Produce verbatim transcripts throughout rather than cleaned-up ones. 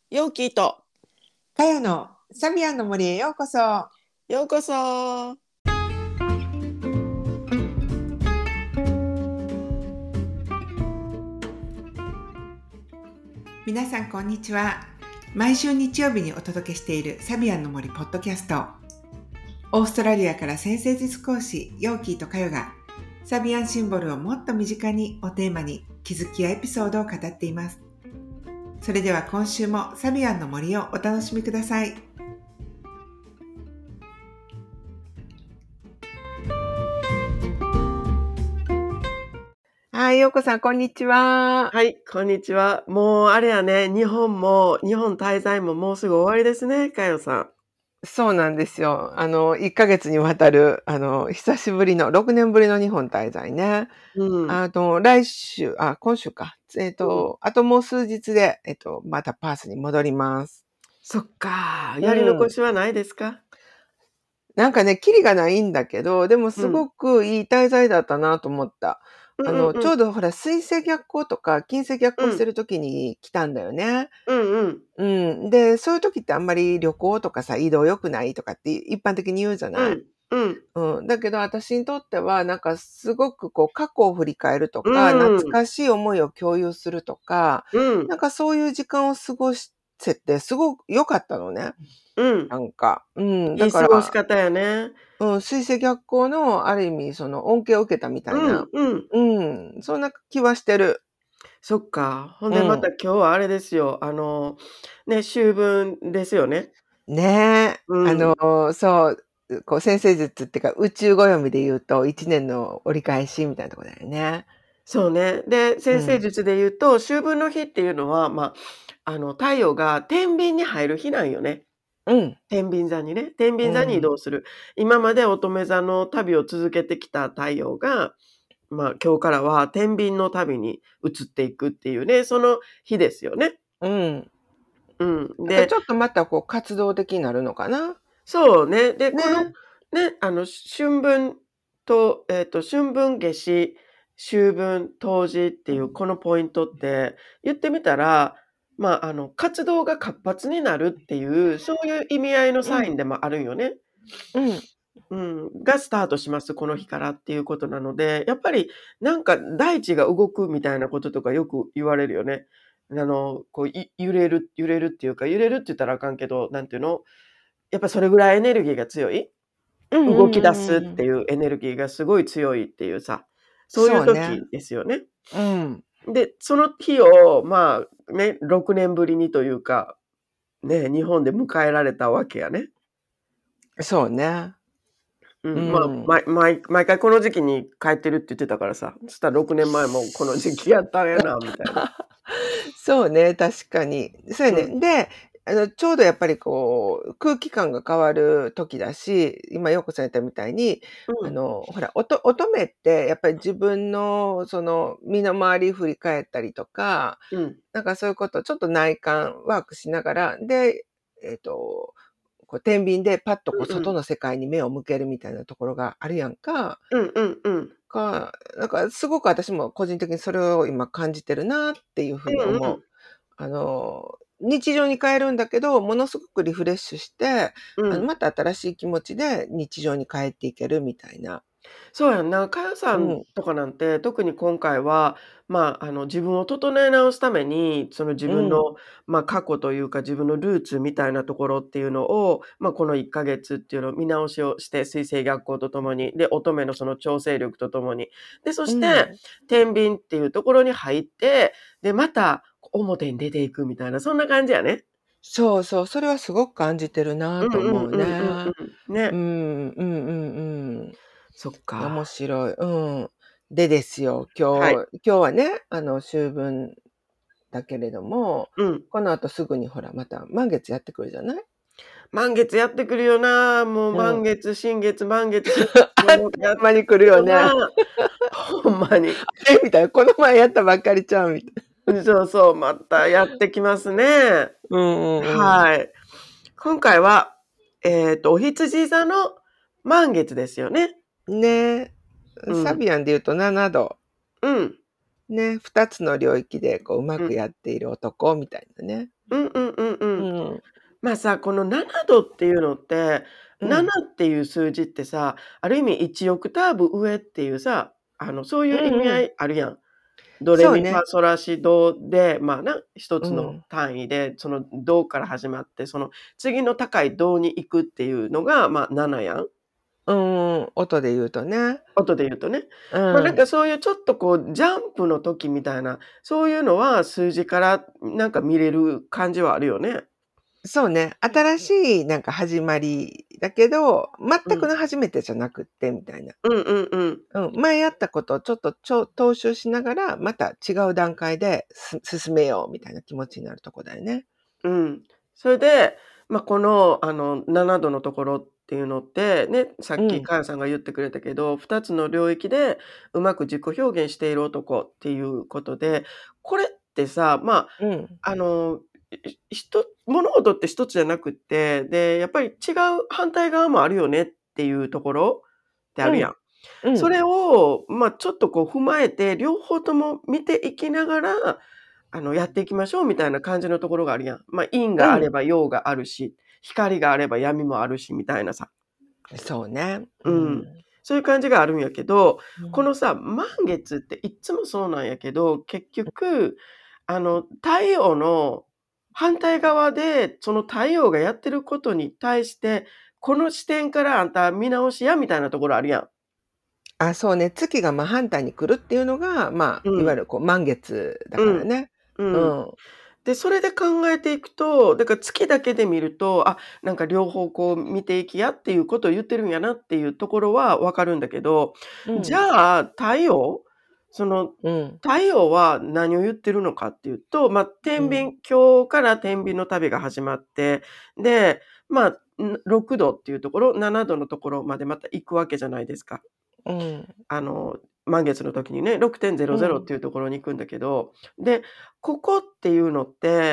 ヨーキーとかよのサビアンの森へようこそ。 ようこそ。 皆さんこんにちは。毎週日曜日にお届けしているサビアンの森ポッドキャスト。オーストラリアから先生術講師ヨーキーとかよがサビアンシンボルをもっと身近にをテーマに気づきやエピソードを語っています。それでは今週もサビアンの森をお楽しみください。はい、ようこさんこんにちは。 はい、こんにちは。もうあれやね、日本も、日本滞在ももうすぐ終わりですね、かよさん。 そうなんですよ。あの、いっかげつにわたる、あの、久しぶりの、ろくねんぶりの日本滞在ね。 うん。うん。 あの、来週、あ、今週か。えっと、あともう数日で、えっと、またパースに戻ります。 そっか。 うやり残ん。 しはないですか？ なんかね、キリがないんだけど、でもすうん。 ごくいい滞在だったなと思った。 うんあの、ちうんうん。 ょうどほら、水星逆行とか金星逆うん。 行してる時に来たんだよね。 うんうん。 うん。で、そういう時ってあんまり旅行とかさ、移動良くないとかって一般的に言うじゃない？ うん。うん。 うん。だけど私にとっては、なんかすごくこう過去を振り返るとうか、懐ん。 かしい思いを共有するとか、 うん。 なんかそういう時間を過ごせてすごく良かったのね。 うん。 なんか。うん。だいい過ごしから、 方やね。 うん、水星逆行のある意味その恩恵を受けたみたういな、 んうん。 うん、そんな気はしてる。 そっか。ほんうん。 でまた今日はあれですよ、あの、ね、秋分ですよね。 ねえ。 うあの、 ん。 そう、こう先生術っていうか、宇宙暦で言うといちねんの折り返しみたいなとこだよね。 そうね。で、先生うん。 術で言うと、秋分の日っていうのは、まあ、あの、太陽が天秤に入る日なんよね。 うん。 天秤座にね。天秤座に移うん。 動する。今まで乙女座の旅を続けてきた太陽が、まあ、今日からは天秤の旅に移っていくっていうね、その日ですよね。 うん。 うん。で、 だからちょっとまたこう活動的になるのかな。 そうね。で、この、 ね。 ね、あの、春分と、えっと、春分夏至、秋分冬至っていうこのポイントって、言ってみたら、まあ、あの、活動が活発になるっていう、そういう意味合いのうん。 サインでもあるんよね。 うん。 うん、がスタートします、この日からっていうことなので、やっぱりなんか大地が動くみたいなこととかよく言われるよね。あの、こう、い揺れる揺れるっていうか、揺れるって言ったらあかんけど、なんていうの、やっぱそれぐらいエネルギーが強い、 うんう動き出んうんうん。 すっていうエネルギーがすごい強いっていうさ、そういうそうね。 時ですよね。 うん。 で、その日を、まあ、ね、ろくねんぶりにというか、ね、日本で迎えられたわけやね。 そうね。ううん、まあ、 ん。 まいまい毎回この時期に帰ってるって言ってたからさ、そしたらろくねんまえもこの時期やったんやなみたいな。 そうね、確かに。そうやね。 うん。 で、あの、ちょうどやっぱりこう、空気感が変わる時だし、今ようこさん言ったみたいに、 うん。 あの、ほら、おと乙女ってやっぱり自分のその身の回り振り返ったりとか、 うん。 なんかそういうこと、ちょっと内観ワークしながら、で、えっと、こう天秤でパッとこううんうん。 外の世界に目を向けるみたいなところがあるやんか。 うんうんうん。 か、なんかすごく私も個人的にそれを今感じてるなっていうふうに思う。 うんうん。 あの、日常に変えるんだけど、ものすごくリフレッシュして、あの、 うん。 また新しい気持ちで日常に帰っていけるみたいな。 そうやんな。かよさうんん、 とかなんて、特に今回は、まあ、あの、自分を整え直すために、その自うん、 分の、まあ、過去というか、自分のルーツみたいなところっていうのを、まあ、このいっかげつっていうのを見直しをして、水星逆行とともに、で、乙女のその調整力とともに、で、そうん。 して、天秤っていうところに入って、で、また表に出ていくみたいな、そんな感じやね。 そうそう、それはすごく感じてるなうんうんと思ううんうんね。 うん。ね。 うん、うんうんうん。 そっいや、面か。 白い。うん。でですよ、 はい。 今日今日はね、あの、秋分だけれども、 うん。 この後すぐにほら、また満月やってくるじゃない？ 満月やってくるよな。もううん。 満月、新月、満月、新月、 あっともうやっていう間に来るくるよよね。 な。ほんまに。 え、みたいな、この前やったばっかりちゃうみたいな。 うん、そうそう、またやってきますね。 うんうんうん。 はい。今回は、えっと、お羊座の満月ですよね。 ねえ。 うん。 サビアンで言うとななど。 うん。 ね、二つの領域でこううまうん。 くやっている男みたいなね。 うんうんうんううん。 ん。 まあさ、このななどっていうのって、ななうん。 っていう数字ってさ、ある意味いちオクターブ上っていうさ、あの、そういう意味合うんうん。 いあるやん。ドレミファそうね。 ソラシドで、まあな、一つのうん。 単位で、そのドから始まって、その次の高いドに行くっていうのが、まあななやん。 うん、音で言うとね。 音で言うとね。 うま、なんん。 かそういうちょっとこうジャンプの時みたいな、そういうのは数字からなんか見れる感じはあるよね。 そうね、新しいなんか始まりだけど、全くうん。 の初めてじゃなくってみたいな。 うんうんうん。 うん、前やったことをちょっとちょ踏襲しながら、また違う段階で、す進めようみたいな気持ちになるとこだよね。 うん。それで、ま、この、あの、ななどのところっていうのって、ね、さっきうん。 かよさんが言ってくれたけど、ふたつの領域でうまく自己表現している男っていうことで、これってさ、まうん。 あ、あの、いいひと物事って一つじゃなくって、で、やっぱり違う反対側もあるよねっていうところってあうん。 るやん。 うん。 それを、ま、ちょっとこう踏まえて、両方とも見ていきながら、あの、やっていきましょうみたいな感じのところがあるやん。ま、陰があれうん。 ば陽があるし、光があれば闇もあるしみたいなさ。 そうね。ううん。 ん。 そういう感じがあるんやけど、 うん。 このさ、満月っていっつもそうなんやけど、結局、あの、太陽の反対側で、その太陽がやってることに対して、この視点からあんた見直しやみたいなところあるやん。 あ、そうね、月が真反対に来るっていうのが、まあ、いわゆうん。 るこう満月だうん。 からね。 うん。 うん。 で、それで考えていくと、だから月だけで見ると、あ、なんか両方こう見ていきやっていうことを言ってるんやなっていうところは分かるんだけど、じうん。 ゃあ、太陽その、 うん。 太陽は何を言ってるのかっていうと、ま、天うん。 秤今日から天秤の旅が始まって、で、まあ、ん、ろくどっていうところ、ななどのところまでまた行くわけじゃないですか。 うん。 あの、満月の時にね、ろくてんぜろぜろっうん。 ていうところに行くんだけど、で、ここっていうのって、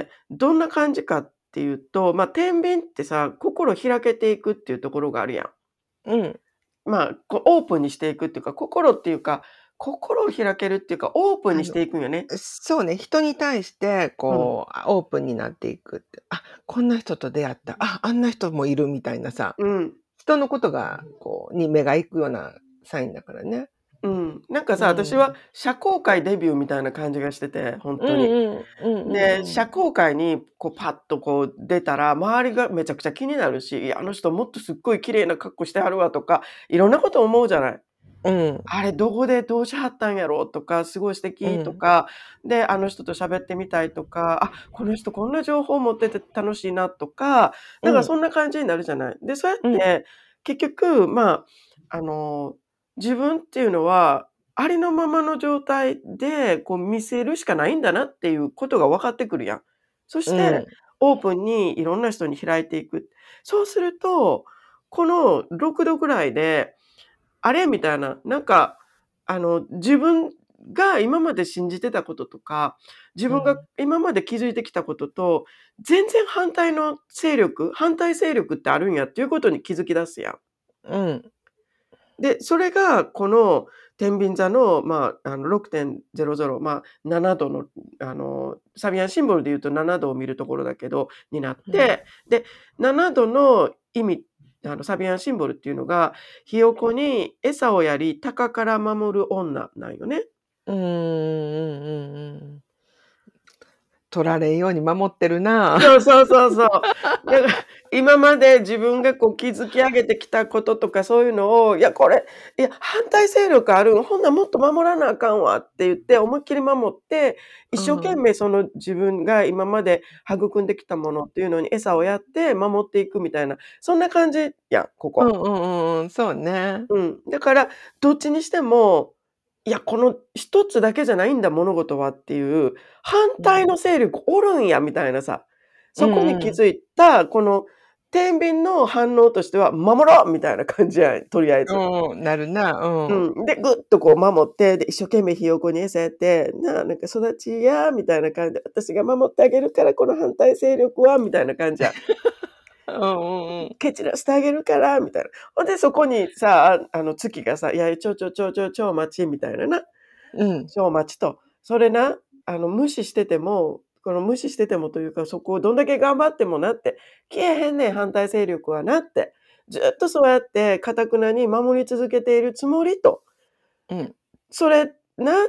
どんな感じかっていうと、ま、天秤ってさ、心開けていくっていうところがあるやん。 うん。 まあ、こうオープンにしていくっていうか、心っていうか、心を開けるっていうか、オープンにしあの、 ていくんよね。 そうね、人に対してうん。 こう、あ、オープンになっていくって。あ、こんな人と出会った。あ、あんな人もいるみたいなさ、 うん。 人のことがこうに目が行くようなサインだからね。 うん。なんかうさ、私はん。 社交界デビューみたいな感じがしてて、ほんうとに。 んうん。うんうんで、 うん。 社交界にこうパッとこう出たら、周りがめちゃくちゃ気になるし、いや、あの人もっとすっごい綺麗な格好してはるわとか、いろんなこと思うじゃない。 うん。 あれどこでどうしはったんやろとか、すごい素うん。 敵とか、で、あの人と喋ってみたいとか、あ、この人こんな情報持ってて楽しいなとか、なんかうん。 そんな感じになるじゃない。で、そうやっうん。 て結局、まあ、あの、自分っていうのは、ありのままの状態でこう見せるしかないんだなっていうことが分かってくるやん。そして、 うん。 オープンにいろんな人に開いていく。そうすると、このろくどぐらいで、あれみたいな、なんか、あの、自分が今まで信じてたこととか、自分がうん。 今まで築いてきたことと、全然反対の勢力反対勢力ってあるんやっていうことに気づき出すやん。 うん。 で、それがこの天秤座の、まあ、あの、ろくてんぜろぜろ、まあ、ななどの、あの、サビアンシンボルで言うとななどを見るところだけどになっうん。 て、で、ななどの意味、あの、サビアンシンボルっていうのが、ひよこに餌をやり、鷹から守る女なんよね。 うんうんうんうんうん。取られんように守ってるな。 そうそうそうそう。だから今まで自分がこう築き上げてきたこととかそういうのを、いやこれ、いや反対勢力ある、ほんならもっと守らなあかんわって言って思いっきり守って、一生懸うん。 命その自分が今まで育んできたものっていうのに餌をやって守っていくみたいな、そんな感じやん、ここ。 うんうんうんうん、そうね。 うん。だから、どっちにしても、いや、この一つだけじゃないんだ、物事はっていう、反うん。 対の勢力おるんやみたいなさ、 うそこにんうん。 気づいた、この天秤の反応としては、守ろうみたいな感じやん、とりあえず。 うん、なるな、うん。 うん。で、ぐっとこう守って、で、一生懸命ひよこに餌やって、なあ、なんか育ちやみたいな感じで、私が守ってあげるから、この反対勢力はみたいな感じやん。 うんうんうん。 蹴散らしてあげるからみたいな。ほんでそこにさ、ああの月がさ、いや、ちょちょちょちょちょ待ちみたいなな。 うん。 ちょ待ちと。 それな、あの、無視してても、この無視しててもというか、そこをどんだけ頑張ってもなって、消えへんねん、反対勢力はなって、ずっとそうやって頑くなに守り続けているつもりと、 うん。 それ、なって、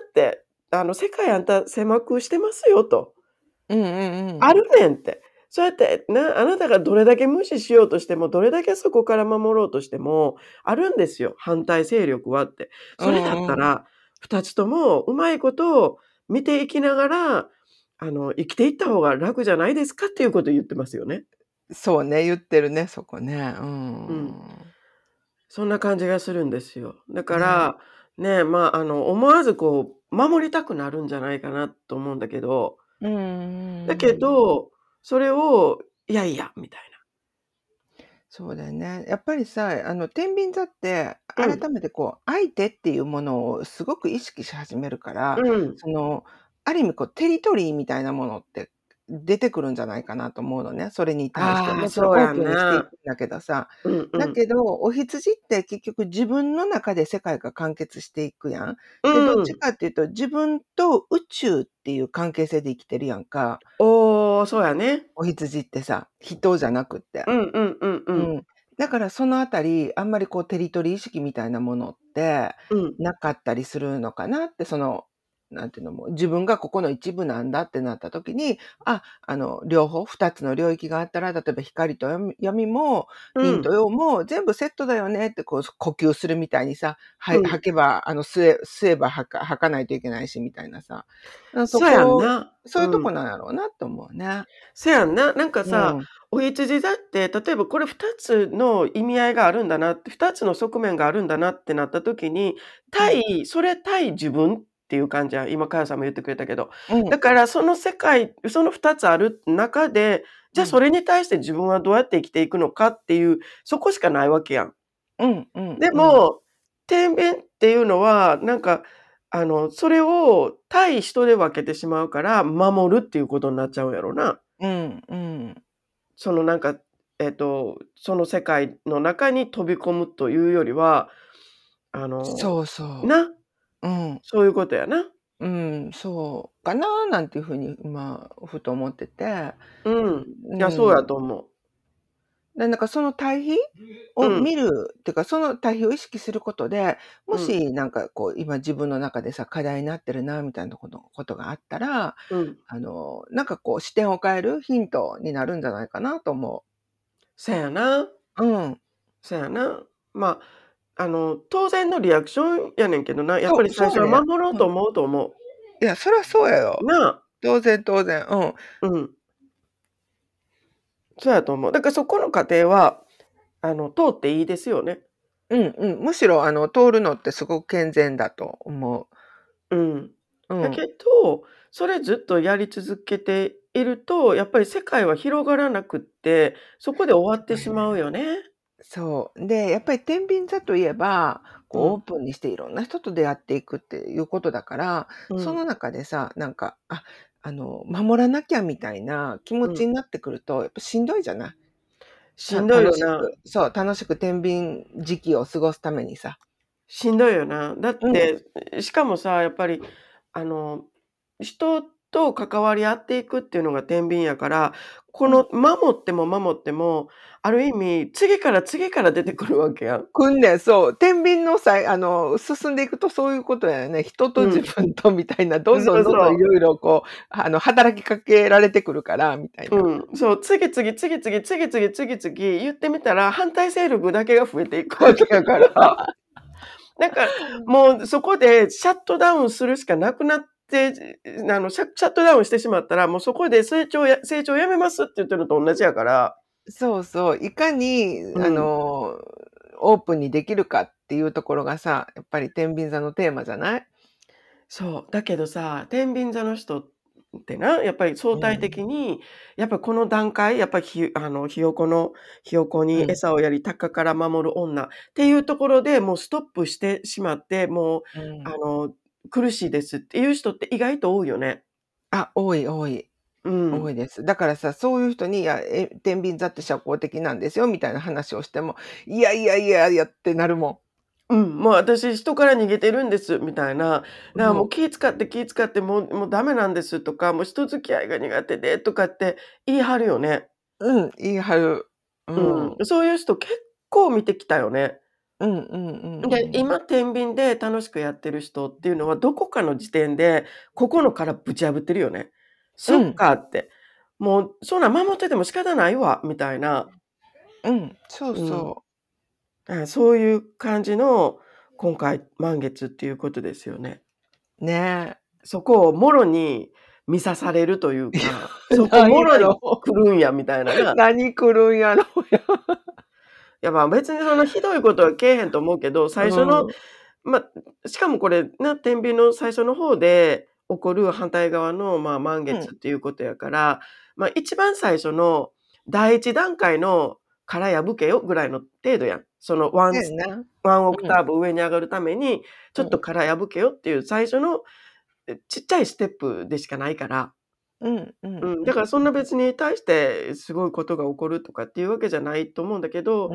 あの、世界あんた狭くしてますよと。 うんうんうん。 あるねんって。そうやって、な、あなたがどれだけ無視しようとしても、どれだけそこから守ろうとしても、あるんですよ、反対勢力はって。 うそれだっんうん。 たら、ふたつともうまいことを見ていきながら、あの、生きていった方が楽じゃないですかっていうことを言ってますよね。 そうね、言ってるね、そこね。ううん。 ん。 そんな感じがするんですよ。だかね。 ら、ね、まあ、あの、思わずこう、守りたくなるんじゃないかなと思うんだけど、 うんうだけんうん。 ど、それを、いやいや、みたいそうだよね。やっぱりさ、あの、天秤座って、 な。うん。 改めてこう、相手っていうものをすごく意識し始めるから、 うん。 その、ある意味こう、テリトリーみたいなものって出てくるんじゃないかなと思うのね。それに対して。 ああ、 もちろんそうやオープンにしていくな。 んだけどさ。 うんうん。 だけど、お羊って結局自分の中で世界が完結していくやん。で、どっちうん。 かっていうと、自分と宇宙っていう関係性で生きてるやんか。 おお、そうやね。 お羊ってさ、人じゃなくって。 うんうんうんうん。 うん。だからそのあたり、あんまりこうテリトリー意識みたいなものってうん。 なかったりするのかなって、その、なんていうのも、自分がここの一部なんだってなった時に、あ、あの、両方ふたつの領域があったら、例えば光と闇闇も、 うん。 陰と陽も全部セットだよねってこう呼吸するみたいにさ、はうん。 吐けば、あの、吸え吸えば吐か吐かないといけないしみたいなさ。うん、そそうやんこな。 そういうとこうん。 なんやろうなって思うね。 そやんな。なんかさ、 うん。 お羊座って、例えばこれふたつの意味合いがあるんだなって、ふたつの側面があるんだなってなった時に、 うん。 対それ対自分っていう感じやん。今、かよさんも言ってくれたけど。 うん。 だからその世界、そのふたつある中で、じゃあうん。 それに対して自分はどうやって生きていくのかっていう、そこしかないわけやん。 うんうんうん。 でも、天秤っていうのは、なんか、あの、それを対人で分けてしまうから、守るっていうことになっちゃうんやろな。 うんうん。 そのなんか、えっと、その世界の中に飛び込むというよりは、あの、 そうそな、 う。うん。 そういうことやな。 うん、そうかななんていう風に今ふと思ってて。 うん。 ういや、そうやん。 と思う。 で、なんかその対比うん、 を見るっていうか、その対比を意識することで、もうん、 しなんかこう今自分の中でさ、課題になってるなみたいなことことがあったら、 うん。 あの、なんかこう視点を変えるヒントになるんじゃないかなと思そやな。 う。うん。 そやな。まあ、あの、当然のリアクションやねんけどな、やっぱそう、 り最初はそうやね。 守ろううん。 と思うと思いや、そりゃそうやう。 よ。 なあ。 当然当然。うん。 うん。そうやと思う。だからそこの過程は、あの、通っていいですよね。 うんうん。むしろあの、通るのってすごく健全だと思うん。 う。うん。 だけど、それずっとやり続けていると、やっぱり世界は広がらなくって、そこで終わってしまうよね。 そう。で、やっぱり天秤座といえば、こうオーうん、 プンにしていろんな人と出会っていくっていうことだから、 うん、 その中でさ、なんか、あ、あの、守らなきゃみたいな気持うん。 ちになってくると、やっぱしんどいじゃない。たしんどい楽しくよな。 そう、楽しく天秤時期を過ごすためにさ。 しんどいよな。だっうん、 て、しかもさ、やっぱり、あの、人と関わり合っていくっていうのが天秤やから、こうん。 の守っても守っても、ある意味、次から次から出てくるわけやん。 くんねん、そう。天秤のさいあの、進んでいくとそういうことやね。人と自うん。 分とみたいな、どんどんどんどんいそうそろいろこう、あの、働きかけられてくるからみたいう。 な。 うん。そう、次々次々次々次々言ってみたら、反対勢力だけが増えていくわけやから。だから、もうそこでシャットダウンするしかなくなって、あの、シャシャットダウンしてしまったら、もうそこで成長や成長やめますって言ってるのと同じやから。 そうそう、いかにあうん。 の、オープンにできるかっていうところがさ、やっぱり天秤座のテーマじゃない？ そう、だけどさ、天秤座の人ってな、やっぱり相対うん、 的に、やっぱこの段階、やっぱりひあの、ひよこのひよこにうん、 餌をやり、鷹から守る女っていうところで、もうストップしてしまって、もう、 うん。 あの、苦しいですっていう人って意外と多いよね。 あ、多い多い。 うん。 多いです。だからさ、そういう人に、いや、え、天秤座って社交的なんですよみたいな話をしても、いやいやいやいやってなるもん。 うん、もう私人から逃げてるんですみたいな、だからもうも気使って気使ってもうもうダメなんですとか、もう人付き合いが苦手でとかって言い張るよね。 う、うん、言い張る。うん。 うん、そういう人結構見てきたよね。 うんうんうんで、 うん。 今天秤で楽しくやってる人っていうのは、どこかの時点で、ここの殻ぶち破ってるよね。そっうん。 かって。もうそんなん守ってても仕方ないわみたいな。 うん、そううん。 そあ、そういう感じの今回満月っていうことですよね。 う。ね。 そこをもろに見刺されるというか、そこなんやもろにろう。 来るんやみたいなな。 何来るんやろうや。 いや、まあ、別にそのひどいことはけえへんと思うけど、最初の、 うん。 ま、しかもこれな、天秤の最初の方で起こる反対側の、まあ、満うん。 月っていうことやから、ま、一番最初の第一段階の殻破けよぐらいの程度やん。そのワンスせやな。 ワンオクうん。 ターブ上に上がるために、ちょっとうん。 殻破けよっていう最初の、え、ちっちゃいステップでしかないから。 うんうんうん、 うん。 だからそんな別に対してすごいことが起こるとかっていうわけじゃないと思うんだけど、 うん。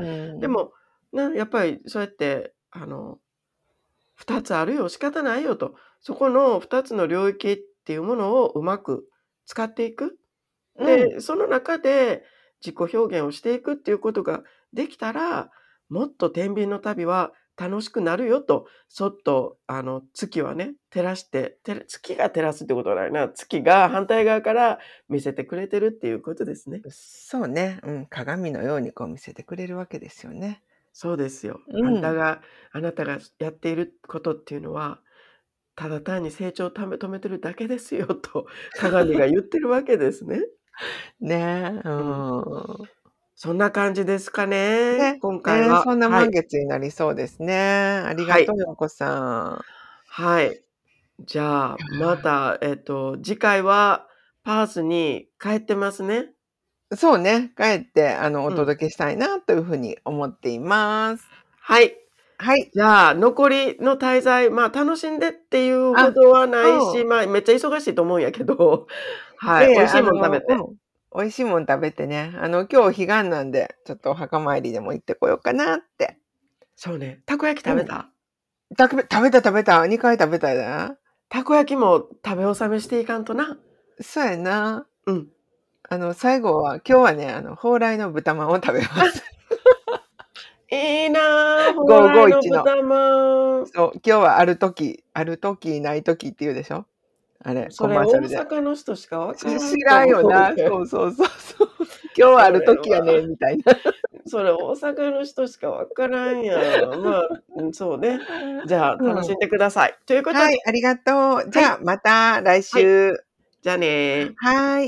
でも、な、やっぱりそうやって、あの、ふたつあるよ、仕方ないよと。そこのふたつの領域っていうものをうまく使っていく。 うん。 で、その中で自己表現をしていくっていうことができたら、もっと天秤の旅は楽しくなるよと、そっとあの月はね、照らして、てら月が照らすってことはないな、月が反対側から見せてくれてるっていうことですね。 そうね。うん、鏡のようにこう見せてくれるわけですよね。 そうですよ。あんうん。 たがあなたがやっていることっていうのは、ただ単に成長をため止めてるだけですよと、鏡が言ってるわけですね。 ね、ううん。 ん。 そんな感じですかね、 ね、ね、 今回は。 そんなはい。 満月になりそうですね。ありはい。 がとう、ようこさん。 はい。じゃあ、まはい。 た、えっと、次回はパースに帰ってますね。 そうね、帰ってあのおうん。 届けしたいなという風に思っています。 はい。 はい。 じゃあ、残りの滞在、まあ、楽しんでっていうほあ、 どはないし、 うん。 まあ、めっちゃ忙しいと思うんやけど、はい、 いやいや、 美味しいもん食あの、 べて。 うん、美味しいもん食べてね、あの今日彼岸なんで、ちょっとお墓参りでも行ってこようかなって。 そうね、たこ焼きうん。 食べた？ たくべ食べた食べた、にかい食べたで。 たこ焼きも食べ納めしていかんとな。 そうやな。 うん。 あの最後は今日はね、あの蓬莱の豚まんを食べまあ。 す。 いいな、蓬ごーご莱ーいちの。 の豚まん。 そう、今日はある時ある時ない時って言うでしょ。あれ、コそれ大マーシャルで。 阪の人しかわかし知らんとらんよな。 思うで。 そうそうそうそう。今日はあるそれ時やねは、 みたいな。 それ大阪の人しかわからんやん。まあ、うん、そうね。じゃあ楽うん。 しんでください。ということではい、ありがとう。じはい。 ゃあまた来はい。 週。 じゃあね。 はい。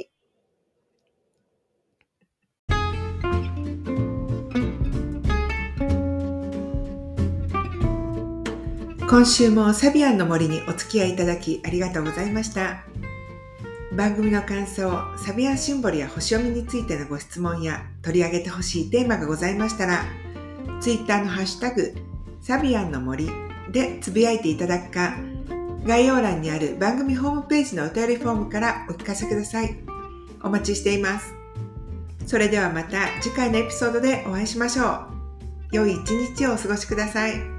今週もサビアンの森にお付き合いいただきありがとうございました。番組の感想、サビアンシンボルや星読みについてのご質問や取り上げてほしいテーマがございましたら、ツイッターのハッシュタグ、サビアンの森でつぶやいていただくか、概要欄にある番組ホームページのお便りフォームからお聞かせください。お待ちしています。それではまた次回のエピソードでお会いしましょう。良い一日をお過ごしください。